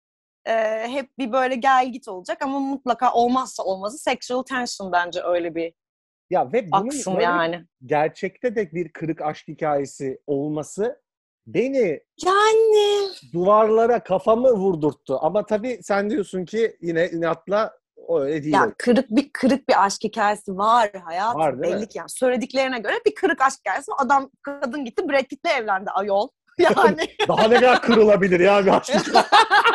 Hep bir böyle gel git olacak ama mutlaka olmazsa olmazı sexual tension bence öyle bir Ya ve bunun aksın böyle yani. gerçekte de bir kırık aşk hikayesi olması beni Yani duvarlara kafamı vurdurttu. Ama tabii sen diyorsun ki yine inatla o öyle değil o. ya kırık bir aşk hikayesi var Var hayatım değil mi? belli ki yani söylediklerine göre bir kırık aşk hikayesi var. Adam kadın gitti Brad Pitt'le evlendi ayol. Yani Daha ne kadar kırılabilir ya bir aşk hikayesi.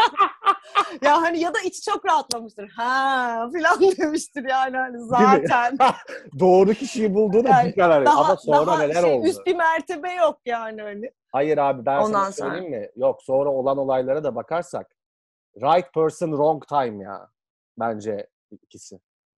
ya hani ya da içi çok rahatlamıştır. Ha filan demiştir yani hani Değil mi? zaten. Doğru kişiyi bulduğunu bir Yani karar. Ama sonra daha neler oldu? üst bir mertebe yok yani hani. Hayır abi ben sana Ondan sonra. söyleyeyim mi? Yok sonra olan olaylara da bakarsak right person wrong time ya. Bence ikisi.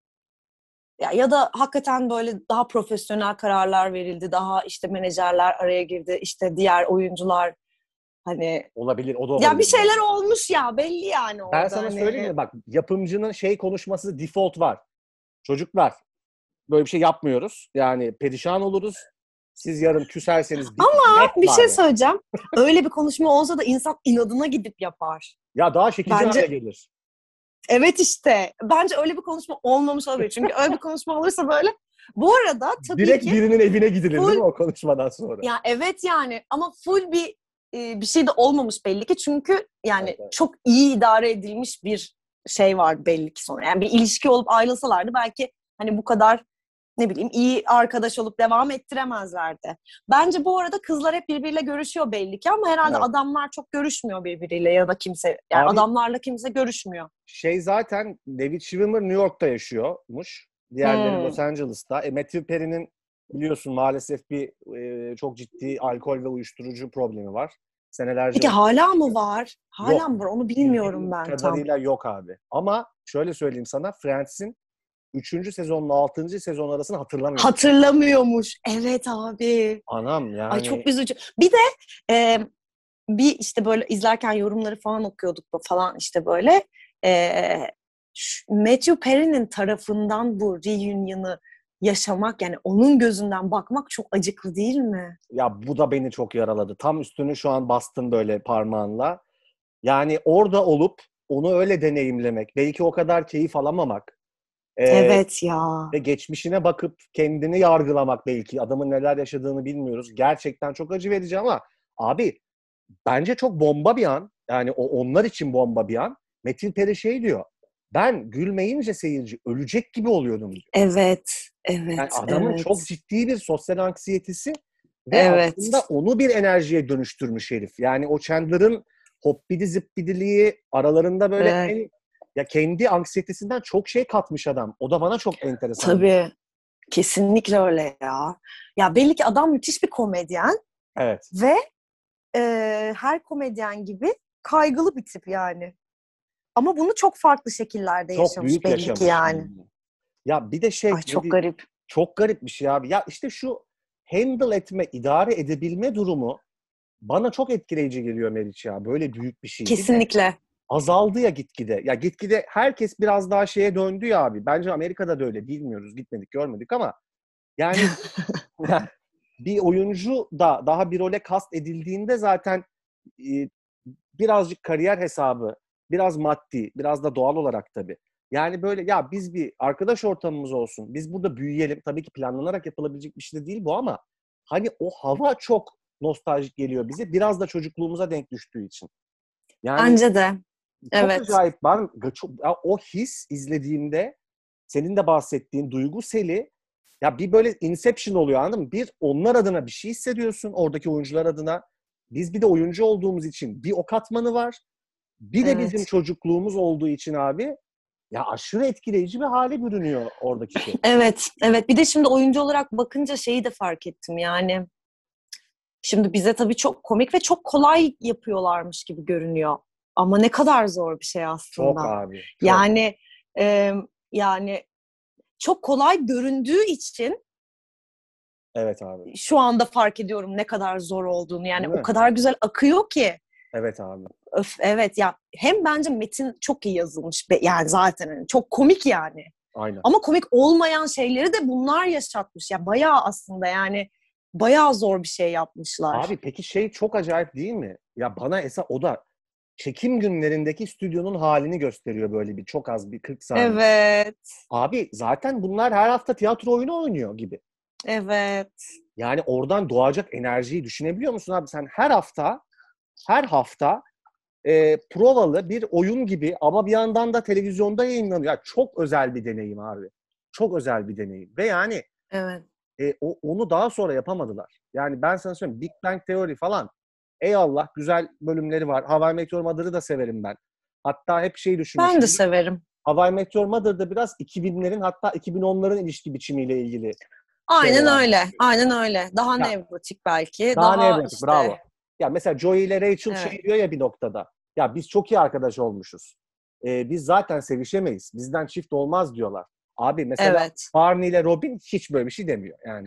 Ya da hakikaten böyle daha profesyonel kararlar verildi. Daha işte menajerler araya girdi. İşte diğer oyuncular hani Olabilir, o da ya bir olabilir bu şeyler arada. olmuş ya belli yani Ben orada sana söyleyeyim hani. mi? Bak yapımcının şey konuşması default var. Çocuklar böyle bir şey yapmıyoruz. Yani perişan oluruz. Siz yarın küserseniz net Bir var şey yani. söyleyeceğim. Öyle bir konuşma olsa da insan inadına gidip yapar. Ya daha çekici hale Bence gelir. evet işte. Bence öyle bir konuşma olmamış olabilir. Çünkü öyle bir konuşma olursa böyle. Bu arada tabii Direkt ki birinin evine gidilir değil full mi o konuşmadan sonra? ya evet yani ama full bir şey de olmamış belli ki. Çünkü Evet, yani evet. çok iyi idare edilmiş bir şey var belli ki sonra. Yani bir ilişki olup ayrılsalardı belki hani bu kadar ne bileyim iyi arkadaş olup devam ettiremezlerdi. Bence bu arada kızlar hep birbiriyle görüşüyor belli ki ama herhalde Evet. adamlar çok görüşmüyor birbiriyle ya da kimse yani Abi adamlarla kimse görüşmüyor. şey zaten David Schwimmer New York'ta yaşıyormuş. Diğerleri Hmm. Los Angeles'ta. Matthew Perry'nin biliyorsun maalesef bir çok ciddi alkol ve uyuşturucu problemi var. Senelerce Peki hala mı var? Hala yok. mı var? Onu bilmiyorum Bildiğim ben tam. kadarıyla yok abi. Ama şöyle söyleyeyim sana Friends'in 3. sezonla 6. sezon arasını hatırlamıyorum. Hatırlamıyormuş. Evet abi. Anam Ay yani çok üzücü. Bir de e, bir işte böyle izlerken yorumları falan okuyorduk falan işte böyle. E, Matthew Perry'nin tarafından bu reunion'ı yaşamak yani onun gözünden bakmak çok acıklı değil mi? ya bu da beni çok yaraladı. Tam üstünü şu an bastın böyle parmağınla. Yani orada olup onu öyle deneyimlemek, belki o kadar keyif alamamak Evet ya. ve geçmişine bakıp kendini yargılamak belki. Adamın neler yaşadığını bilmiyoruz. Gerçekten çok acı verici ama abi bence çok bomba bir an. Yani onlar için bomba bir an. Metin Peri şey diyor. Ben gülmeyince seyirci ölecek gibi oluyordum diyor. Evet. Yani Evet. adamın çok Evet. ciddi bir sosyal anksiyetesi ve aslında Evet. onu bir enerjiye dönüştürmüş herif. Yani o Chandler'ın hoppidi zippidiliği aralarında böyle Evet. ya kendi anksiyetesinden çok şey katmış adam. O da bana çok enteresan. Tabii. Kesinlikle öyle ya. Ya belli ki adam müthiş bir komedyen Evet. ve her komedyen gibi kaygılı bir tip yani. Ama bunu çok farklı şekillerde Çok yaşamış büyük belli ki yaşamış. yani. Ya bir de Ay şey çok garip. çok garip bir şey abi. Ya işte şu handle etme, idare edebilme durumu bana çok etkileyici geliyor Meriç ya. Böyle büyük bir şey. Bir de Kesinlikle. azaldı ya gitgide. Ya gitgide herkes biraz daha şeye döndü ya abi. Bence Amerika'da da öyle. Bilmiyoruz, gitmedik, görmedik ama yani bir oyuncu da daha bir role kast edildiğinde zaten e, birazcık kariyer hesabı, biraz maddi, biraz da doğal olarak tabii. Yani böyle ya biz bir arkadaş ortamımız olsun. Biz burada büyüyelim. Tabii ki planlanarak yapılabilecek bir şey de değil bu ama hani o hava çok nostaljik geliyor bize. Biraz da çocukluğumuza denk düştüğü için. Yani Bence de. çok Evet. acayip. O his izlediğimde senin de bahsettiğin duygu seli ya bir böyle Inception oluyor, anladın mı? Bir onlar adına bir şey hissediyorsun, oradaki oyuncular adına. Biz bir de oyuncu olduğumuz için bir o katmanı var. Bir de bizim Evet. çocukluğumuz olduğu için abi ya aşırı etkileyici bir hale bürünüyor oradaki şey. Evet. Evet. Bir de şimdi oyuncu olarak bakınca şeyi de fark ettim yani. Şimdi bize tabii çok komik ve çok kolay yapıyorlarmış gibi görünüyor. Ama ne kadar zor bir şey Çok aslında. abi. Çok. Yani e, yani çok kolay göründüğü için Evet abi. şu anda fark ediyorum ne kadar zor olduğunu. Yani Değil o mi? kadar güzel akıyor ki. Evet abi. Öf, evet ya, hem bence metin çok iyi yazılmış. Yani zaten hani çok komik yani. Aynen. Ama komik olmayan şeyleri de bunlar yaşatmış. Ya bayağı aslında yani bayağı zor bir şey yapmışlar. Abi peki şey çok acayip değil mi? Ya bana o da çekim günlerindeki stüdyonun halini gösteriyor böyle bir çok az bir 40 saniye. Evet. Abi zaten bunlar her hafta tiyatro oyunu oynuyor gibi. Evet. Yani oradan doğacak enerjiyi düşünebiliyor musun abi? Sen her hafta provalı bir oyun gibi ama bir yandan da televizyonda yayınlanıyor. Ya çok özel bir deneyim abi. Çok özel bir deneyim. Ve yani Evet. onu daha sonra yapamadılar. Yani ben sana söyleyeyim Big Bang Theory falan eyvallah güzel bölümleri var. How I Met Your Mother'ı da severim ben. Hatta hep şey Ben de düşünmüşüm. severim. How I Met Your Mother'da biraz 2000'lerin hatta 2010'ların ilişki biçimiyle ilgili Aynen şeyler öyle. anlatıyor. Aynen öyle. Daha Ya nevrotik belki. daha Daha nevrotik, işte bravo. Ya mesela Joey ile Rachel evet. şey diyor ya bir noktada. Ya biz çok iyi arkadaş olmuşuz. Biz zaten sevişemeyiz. Bizden çift olmaz diyorlar. Abi mesela Evet. Barney ile Robin hiç böyle bir şey demiyor. Yani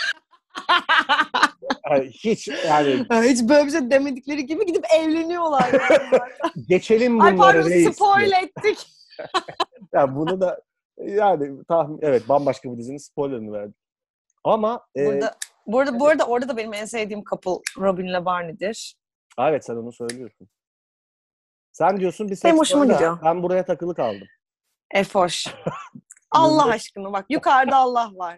hiç yani Hiç böyle bir şey demedikleri gibi gidip evleniyorlar yani zaten. geçelim Ay bunları pardon, reis diyor. spoil ettik. Yani bunu da yani tahmin evet bambaşka bir dizinin spoilerını verdik. Ama Bu arada orada da benim en sevdiğim couple Robin ile Barney'dir. evet sen onu söylüyorsun. Sen diyorsun bir Benim seks hoşuma böyle ha. gidiyor. Ben buraya takılı kaldım. Efoş. Allah %100. aşkına bak, yukarıda Allah var.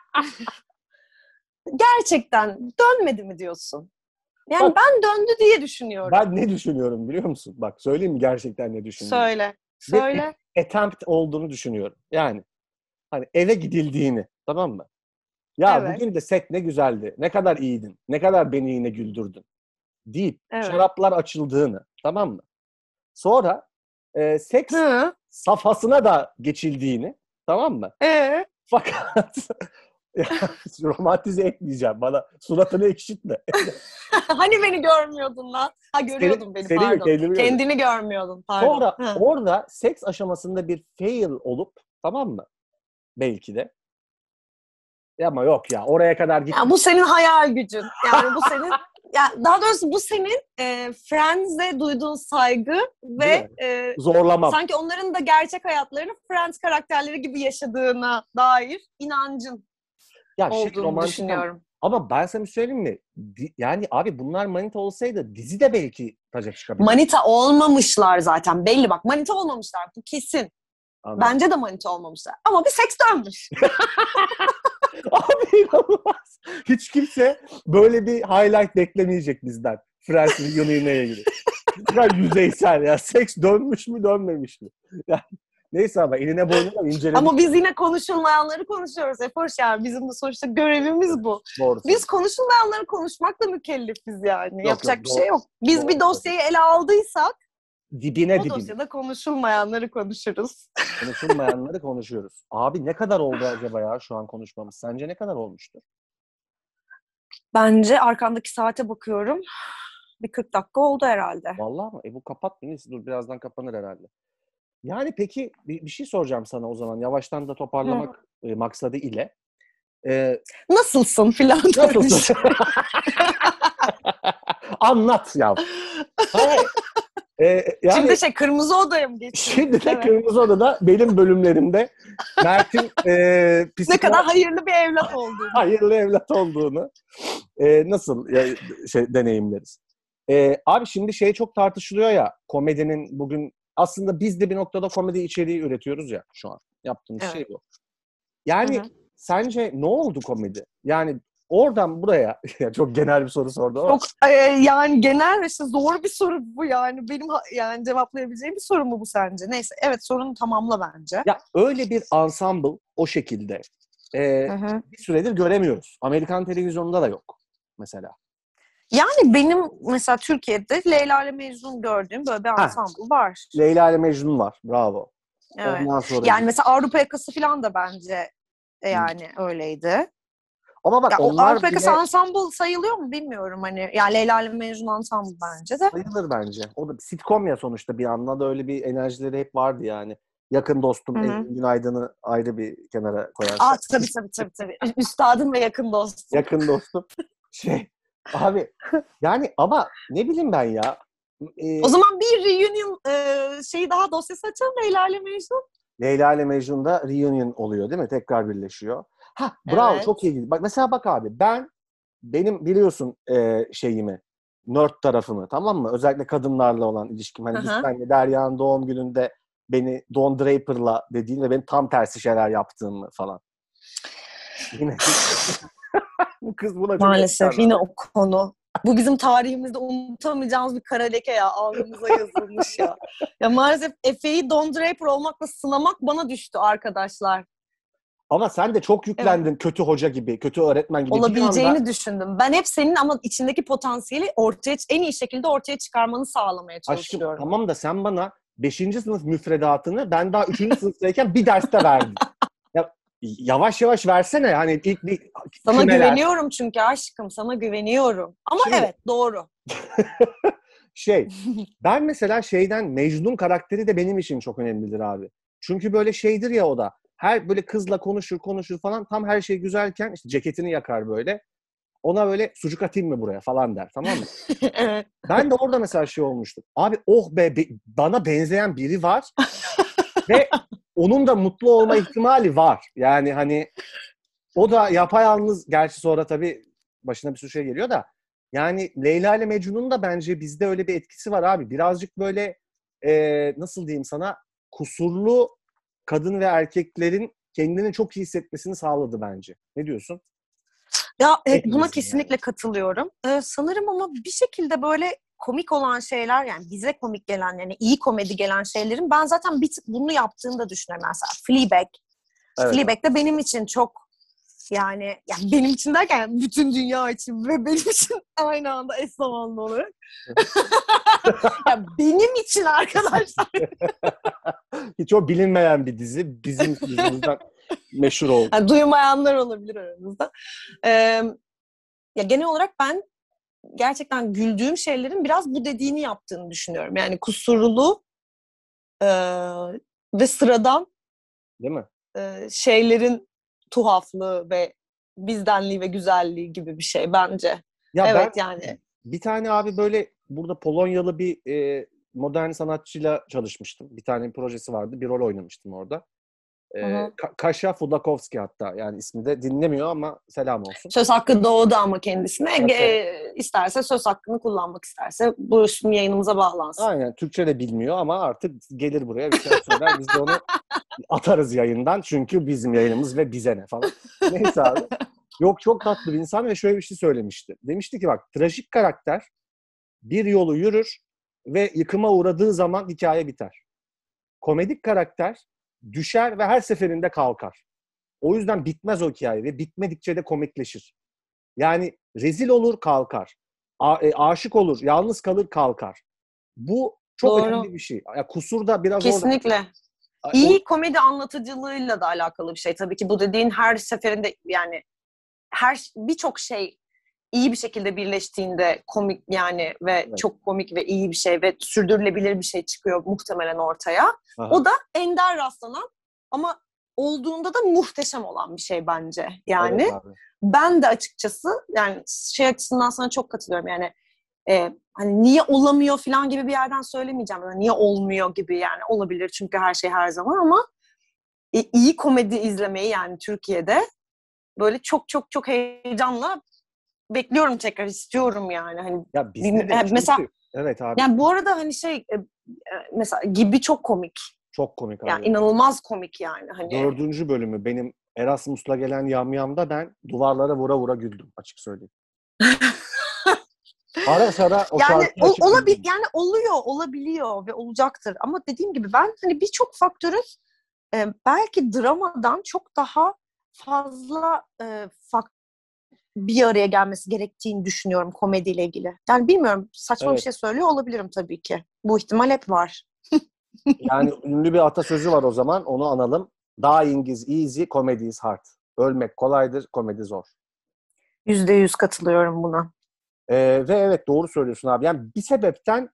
Gerçekten dönmedi mi diyorsun? Yani Bak ben döndü diye düşünüyorum. ben ne düşünüyorum biliyor musun? Bak söyleyeyim mi gerçekten ne düşündüğümü? Söyle. Bir Söyle. attempt olduğunu düşünüyorum. Yani hani eve gidildiğini, tamam mı? Ya Evet. bugün de set ne güzeldi. Ne kadar iyiydin. Ne kadar beni yine güldürdün. Deyip Evet. şaraplar açıldığını, tamam mı? Sonra seks Hı. safhasına da geçildiğini, tamam mı? Ee? Fakat ya, romantize etmeyeceğim. Bana suratını ekşitme. Hani beni görmüyordun lan? Ha, görüyordun beni, Seni mi pardon. kendimi görüyorum. Kendini görmüyordun, pardon. Sonra Hı. orada seks aşamasında bir fail olup, tamam mı? Belki de. Ama yok ya oraya kadar Ya gitme. bu senin hayal gücün. Yani bu senin, ya daha doğrusu bu senin Friends'e duyduğun saygı Değil mi? ve Zorlamam. sanki onların da gerçek hayatlarını Friends karakterleri gibi yaşadığına dair inancın Ya şey olduğunu romantik düşünüyorum. ama ben sana bir söyleyeyim mi? Yani abi bunlar manita olsaydı dizi de belki taca çıkabilir. Manita olmamışlar zaten. Belli bak. Manita olmamışlar. Bu kesin. Anladım. Bence de manita olmamışlar. Ama bir seks dönmüş. Abi inanılmaz. Hiç kimse böyle bir highlight beklemeyecek bizden. Friends reunion'la ilgili. Biraz yüzeysel ya. Seks dönmüş mü dönmemiş mi? Yani, neyse ama eline boynuna inceledik. Ama biz yine konuşulmayanları konuşuyoruz. Efoş yani. Bizim de sonuçta görevimiz bu. Doğru Biz söylüyorsun. konuşulmayanları konuşmakla mükellefiz yani. Yok Yapacak yok bir şey yok. Biz doğru bir dosyayı ele aldıysak dibine o dibine. dosyada konuşulmayanları konuşuruz. Konuşulmayanları konuşuyoruz. Abi ne kadar oldu acaba ya şu an konuşmamız? Sence ne kadar olmuştur? Bence arkandaki saate bakıyorum. Bir 40 dakika oldu herhalde. Vallahi mı? Bu kapatmıyor. Neyse dur birazdan kapanır herhalde. Yani peki bir şey soracağım sana o zaman. Yavaştan da Hı. toparlamak maksadı ile. E, Nasılsın filan nasılsın? Anlat ya. Hayır. Yani Şimdi kırmızı odaya mı geçeyim? şimdi de Evet. Kırmızı Oda'da benim bölümlerimde Mert'in Ne kadar hayırlı bir evlat olduğunu. hayırlı evlat olduğunu nasıl deneyimleriz? Abi şimdi şey çok tartışılıyor ya komedinin bugün aslında biz de bir noktada komedi içeriği üretiyoruz ya şu an. Yaptığımız Evet. şey bu. Yani sence ne oldu komedi? Yani oradan buraya çok genel bir soru sordu ama. Çok yani genel ve işte zor bir soru bu yani. Benim yani cevaplayabileceğim bir soru mu bu sence? Neyse, evet, sorunu tamamla bence. Ya öyle bir ensemble o şekilde bir süredir göremiyoruz. Amerikan televizyonunda da yok mesela. Yani benim mesela Türkiye'de Leyla ile Mecnun gördüğüm böyle bir ensemble var. Leyla ile Mecnun var. Bravo. Evet. Ondan sonra Yani mesela Avrupa Yakası falan da bence yani öyleydi. ama bak Ya o onlar Avrupa Yakası bile ensemble sayılıyor mu bilmiyorum hani. Yani Leyla ile Mecnun ensemble bence de. sayılır bence. O da bir sitcom ya sonuçta, bir anlamda öyle bir enerjileri hep vardı yani. Yakın dostum Engin Günaydın'ı ayrı bir kenara koyarsak. Tabii. Üstadım ve yakın dostum. Yakın dostum. Abi yani ama ne bileyim ben ya. O zaman bir reunion şeyi daha dosyası açalım Leyla ile Mecnun. Leyla ile Mecnun'da reunion oluyor değil mi? Tekrar birleşiyor. Bravo, Evet. çok ilginç. Bak mesela bak abi, benim biliyorsun şeyimi, nerd tarafımı, tamam mı? Özellikle kadınlarla olan ilişkim. Hani biz seninle Derya'nın doğum gününde beni Don Draper'la dediğin ve benim tam tersi şeyler yaptığımı falan. Yine bu kız buna çok Maalesef etkilendi. yine o konu. Bu bizim tarihimizde unutamayacağımız bir kara leke ya. Alnımıza yazılmış ya. Ya maalesef Efe'yi Don Draper olmakla sınamak bana düştü arkadaşlar. Ama sen de çok Evet. yüklendin, kötü hoca gibi, kötü öğretmen gibi. Bir Olabileceğini anda düşündüm. Ben hep senin ama içindeki potansiyeli en iyi şekilde ortaya çıkarmanı sağlamaya aşkım çalışıyorum. tamam da sen bana 5. sınıf müfredatını ben daha 3. sınıftayken bir derste verdin. Ya, yavaş yavaş versene. Hani ilk bir Sana kümeler. güveniyorum çünkü aşkım. Sana güveniyorum. Ama Şimdi, evet, doğru. ben mesela Mecnun karakteri de benim için çok önemlidir abi. Çünkü böyle şeydir ya o da. Her böyle kızla konuşur falan. Tam her şey güzelken işte ceketini yakar böyle. Ona böyle sucuk atayım mı buraya falan der, tamam mı? Evet. Ben de orada mesela olmuştu. Abi oh be, bana benzeyen biri var ve onun da mutlu olma ihtimali var. Yani hani o da yapayalnız, gerçi sonra tabii başına bir sürü şey geliyor da. Yani Leyla ile Mecnun'un da bence bizde öyle bir etkisi var abi. Birazcık böyle nasıl diyeyim sana, kusurlu kadın ve erkeklerin kendini çok iyi hissetmesini sağladı bence. Ne diyorsun? Ya buna Hepimizin kesinlikle yani. katılıyorum. Sanırım ama bir şekilde böyle komik olan şeyler, yani bize komik gelen, yani iyi komedi gelen şeylerin ben zaten bir tık bunu yaptığını da düşünüyorum. Mesela Fleabag. Evet abi. Fleabag de benim için çok, yani benim için derken bütün dünya için ve benim için aynı anda eş zamanlı olarak. Ya benim için arkadaşlar. Hiç o bilinmeyen bir dizi. Bizim yüzümüzden meşhur oldu. Yani duymayanlar olabilir aranızda. Ee, Ya genel olarak ben gerçekten güldüğüm şeylerin biraz bu dediğini yaptığını düşünüyorum. Yani kusurlu e, ve sıradan Değil mi? şeylerin tuhaflığı ve bizdenliği ve güzelliği gibi bir şey bence. Ya ben Evet yani. bir tane abi böyle burada Polonyalı bir modern sanatçıyla çalışmıştım. Bir tane projesi vardı. Bir rol oynamıştım orada. Hı hı. Kasia Fudakowski hatta. Yani ismi de dinlemiyor ama selam olsun. Söz hakkı doğdu ama kendisine. Okay. İsterse söz hakkını kullanmak isterse buyursun, yayınımıza bağlansın. Aynen. Türkçe de bilmiyor ama artık gelir buraya bir şey söyler. Biz de onu atarız yayından. Çünkü bizim yayınımız ve bize ne falan. Neyse abi. Yok, çok tatlı bir insan ve şöyle bir şey söylemişti. Demişti ki bak, trajik karakter bir yolu yürür ve yıkıma uğradığı zaman hikaye biter. Komedik karakter düşer ve her seferinde kalkar. O yüzden bitmez o hikaye ve bitmedikçe de komikleşir. Yani rezil olur, kalkar. Aşık olur, yalnız kalır, kalkar. Bu çok Doğru. önemli bir şey. Ya, kusur da biraz orada. Kesinlikle. İyi komedi anlatıcılığıyla da alakalı bir şey. Tabii ki bu dediğin her seferinde, yani birçok şey iyi bir şekilde birleştiğinde komik yani ve Evet. çok komik ve iyi bir şey ve sürdürülebilir bir şey çıkıyor muhtemelen ortaya. Aha. O da ender rastlanan ama olduğunda da muhteşem olan bir şey bence. Yani Evet abi. ben de açıkçası yani şey açısından sana çok katılıyorum. Yani hani niye olamıyor falan gibi bir yerden söylemeyeceğim. Yani niye olmuyor gibi, yani olabilir çünkü her şey her zaman, ama iyi komedi izlemeyi yani Türkiye'de böyle çok çok çok heyecanla bekliyorum, tekrar istiyorum yani. Hani Ya bizde de mesela çünkü evet abi. yani bu arada hani mesela Gibi çok komik. Çok komik abi. Yani inanılmaz komik yani. Hani 4. bölümü benim Erasmus'la gelen Yamyam'da ben duvarlara vura vura güldüm, açık söyleyeyim. Ara sıra o yani şarkıyı açıp güldüm. yani olabiliyor ve olacaktır. Ama dediğim gibi ben hani birçok faktörü belki dramadan çok daha fazla bir araya gelmesi gerektiğini düşünüyorum komediyle ilgili. Yani bilmiyorum, saçma bir Evet. şey söylüyor olabilirim tabii ki. Bu ihtimal hep var. Yani ünlü bir atasözü var o zaman, onu analım. Dying is easy, comedy is hard. Ölmek kolaydır, komedi zor. %100 katılıyorum buna. Ve evet, doğru söylüyorsun abi. Yani bir sebepten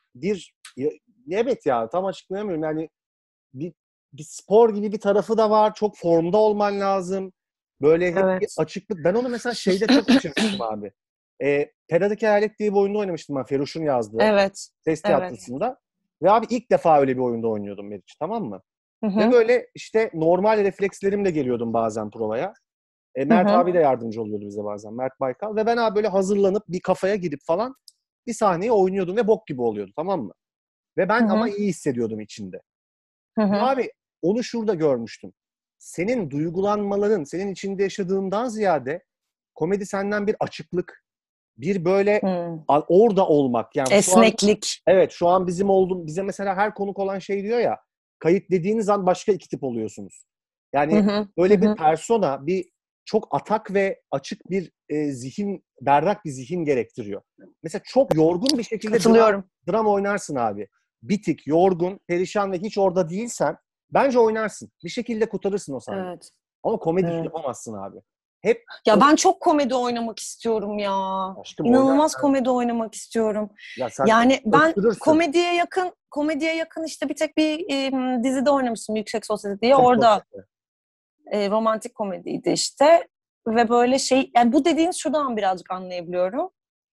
evet ya, tam açıklayamıyorum. Yani bir, bir spor gibi bir tarafı da var. Çok formda olman lazım. Böyle hep bir Evet. açıklık. Ben onu mesela şeyde çok yaşamıştım abi. Peradaki Hayalet diye bir oyunda oynamıştım ben. Feruş'un yazdığı. Evet. Ses Evet. tiyatrosunda. Ve abi ilk defa öyle bir oyunda oynuyordum Meriç. Tamam mı? Hı Ve hı. böyle işte normal reflekslerimle geliyordum bazen provaya. Hı Mert hı. abi de yardımcı oluyordu bize bazen. Mert Baykal. Ve ben abi böyle hazırlanıp bir kafaya girip falan bir sahneyi oynuyordum ve bok gibi oluyordu, tamam mı? Ve Hı ben ama hı. iyi hissediyordum içinde. Hı Ve hı. abi onu şurada görmüştüm. Senin duygulanmaların, senin içinde yaşadığından ziyade komedi senden bir açıklık, bir böyle Hı. orada olmak. Yani şu an, Esneklik. evet, şu an bize mesela her konuk olan şey diyor ya, kayıt dediğiniz an başka iki tip oluyorsunuz. Hı Yani hı. Hı böyle bir hı. persona, bir çok atak ve açık bir zihin, berrak bir zihin gerektiriyor. Mesela çok yorgun bir şekilde Katılıyorum. dram oynarsın abi. Bitik, yorgun, perişan ve hiç orada değilsen bence oynarsın. Bir şekilde kurtarırsın o sahneyi. Evet. Ama komedi Evet. yapamazsın abi. Hep Ya o ben çok komedi oynamak istiyorum ya. aşkım oynar. İnanılmaz komedi oynamak istiyorum. Ya sen Yani ben öttürürsün. komediye yakın işte bir tek bir dizide oynamıştım, Yüksek Sosyete diye. Yüksek Orada sosyete. romantik komediydi işte. Ve böyle şey, yani bu dediğiniz şuradan birazcık anlayabiliyorum.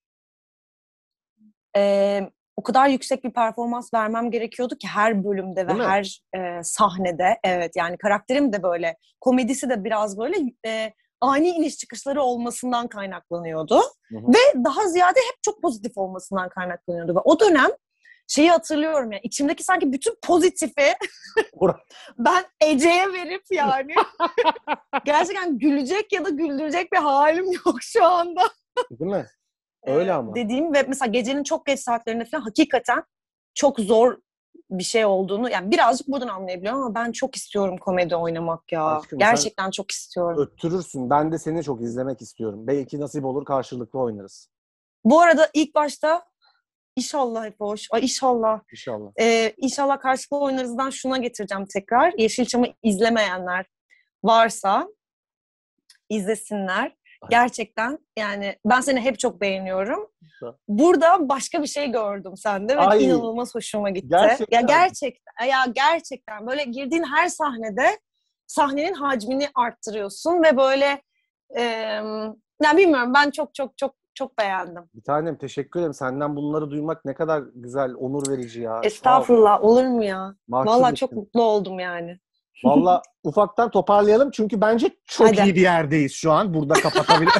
O kadar yüksek bir performans vermem gerekiyordu ki her bölümde ve Değil mi? her sahnede. Evet, yani karakterim de böyle, komedisi de biraz böyle ani iniş çıkışları olmasından kaynaklanıyordu. Hı hı. Ve daha ziyade hep çok pozitif olmasından kaynaklanıyordu. Ve o dönem şeyi hatırlıyorum ya, içimdeki sanki bütün pozitifi ben Ece'ye verip yani gerçekten gülecek ya da güldürecek bir halim yok şu anda. Değil mi? Öyle ama. Dediğim ve mesela gecenin çok geç saatlerinde falan hakikaten çok zor bir şey olduğunu, yani birazcık buradan anlayabiliyorum ama ben çok istiyorum komedi oynamak ya. Aşkım sen Gerçekten çok istiyorum. öttürürsün. Ben de seni çok izlemek istiyorum. Belki nasip olur, karşılıklı oynarız. Bu arada ilk başta inşallah hep hoş. Ay inşallah. İnşallah. İnşallah karşılıklı oynarızdan şuna getireceğim tekrar. Yeşilçam'ı izlemeyenler varsa izlesinler. Ay, Gerçekten yani ben seni hep çok beğeniyorum. Burada başka bir şey gördüm sende ve ay, inanılmaz hoşuma gitti. Ya gerçekten. gerçekten böyle girdiğin her sahnede sahnenin hacmini arttırıyorsun ve böyle ya bilmiyorum, ben çok çok çok çok beğendim. Bir tanem, teşekkür ederim. Senden bunları duymak ne kadar güzel, onur verici ya. Sağ ol. Estağfurullah, olur mu ya? Mahcup Vallahi çok ettin. mutlu oldum yani. Valla ufaktan toparlayalım çünkü bence çok iyi Hadi. bir yerdeyiz şu an. Burada kapatabilir.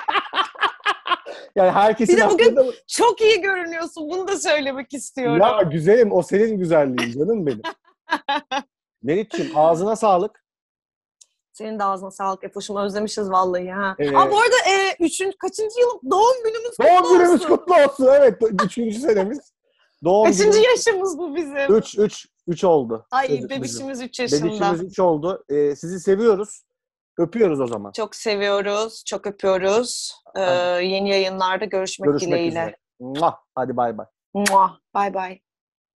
Yani Bir herkesin de bugün aklında... çok iyi görünüyorsun. Bunu da söylemek Ya istiyorum. güzelim, o senin güzelliğin canım benim. Meriç'ciğim, ağzına sağlık. Senin de ağzına sağlık Efoş'um. Özlemişiz vallahi ha. Ee, Bu arada kaçıncı yıl doğum günümüz Doğum kutlu günümüz olsun. kutlu olsun. Evet, 3. senemiz. Doğum Kaçıncı günümüz yaşımız bu bizim? 3 oldu Ay bizim. bebişimiz 3 Bebişimiz yaşında. 3 oldu. Sizi seviyoruz. Öpüyoruz o zaman. Çok seviyoruz, çok öpüyoruz. Hadi Yeni yayınlarda görüşmek görüşmek üzere. dileğiyle. Muah. Hadi bay bay. Muah. Bye bye.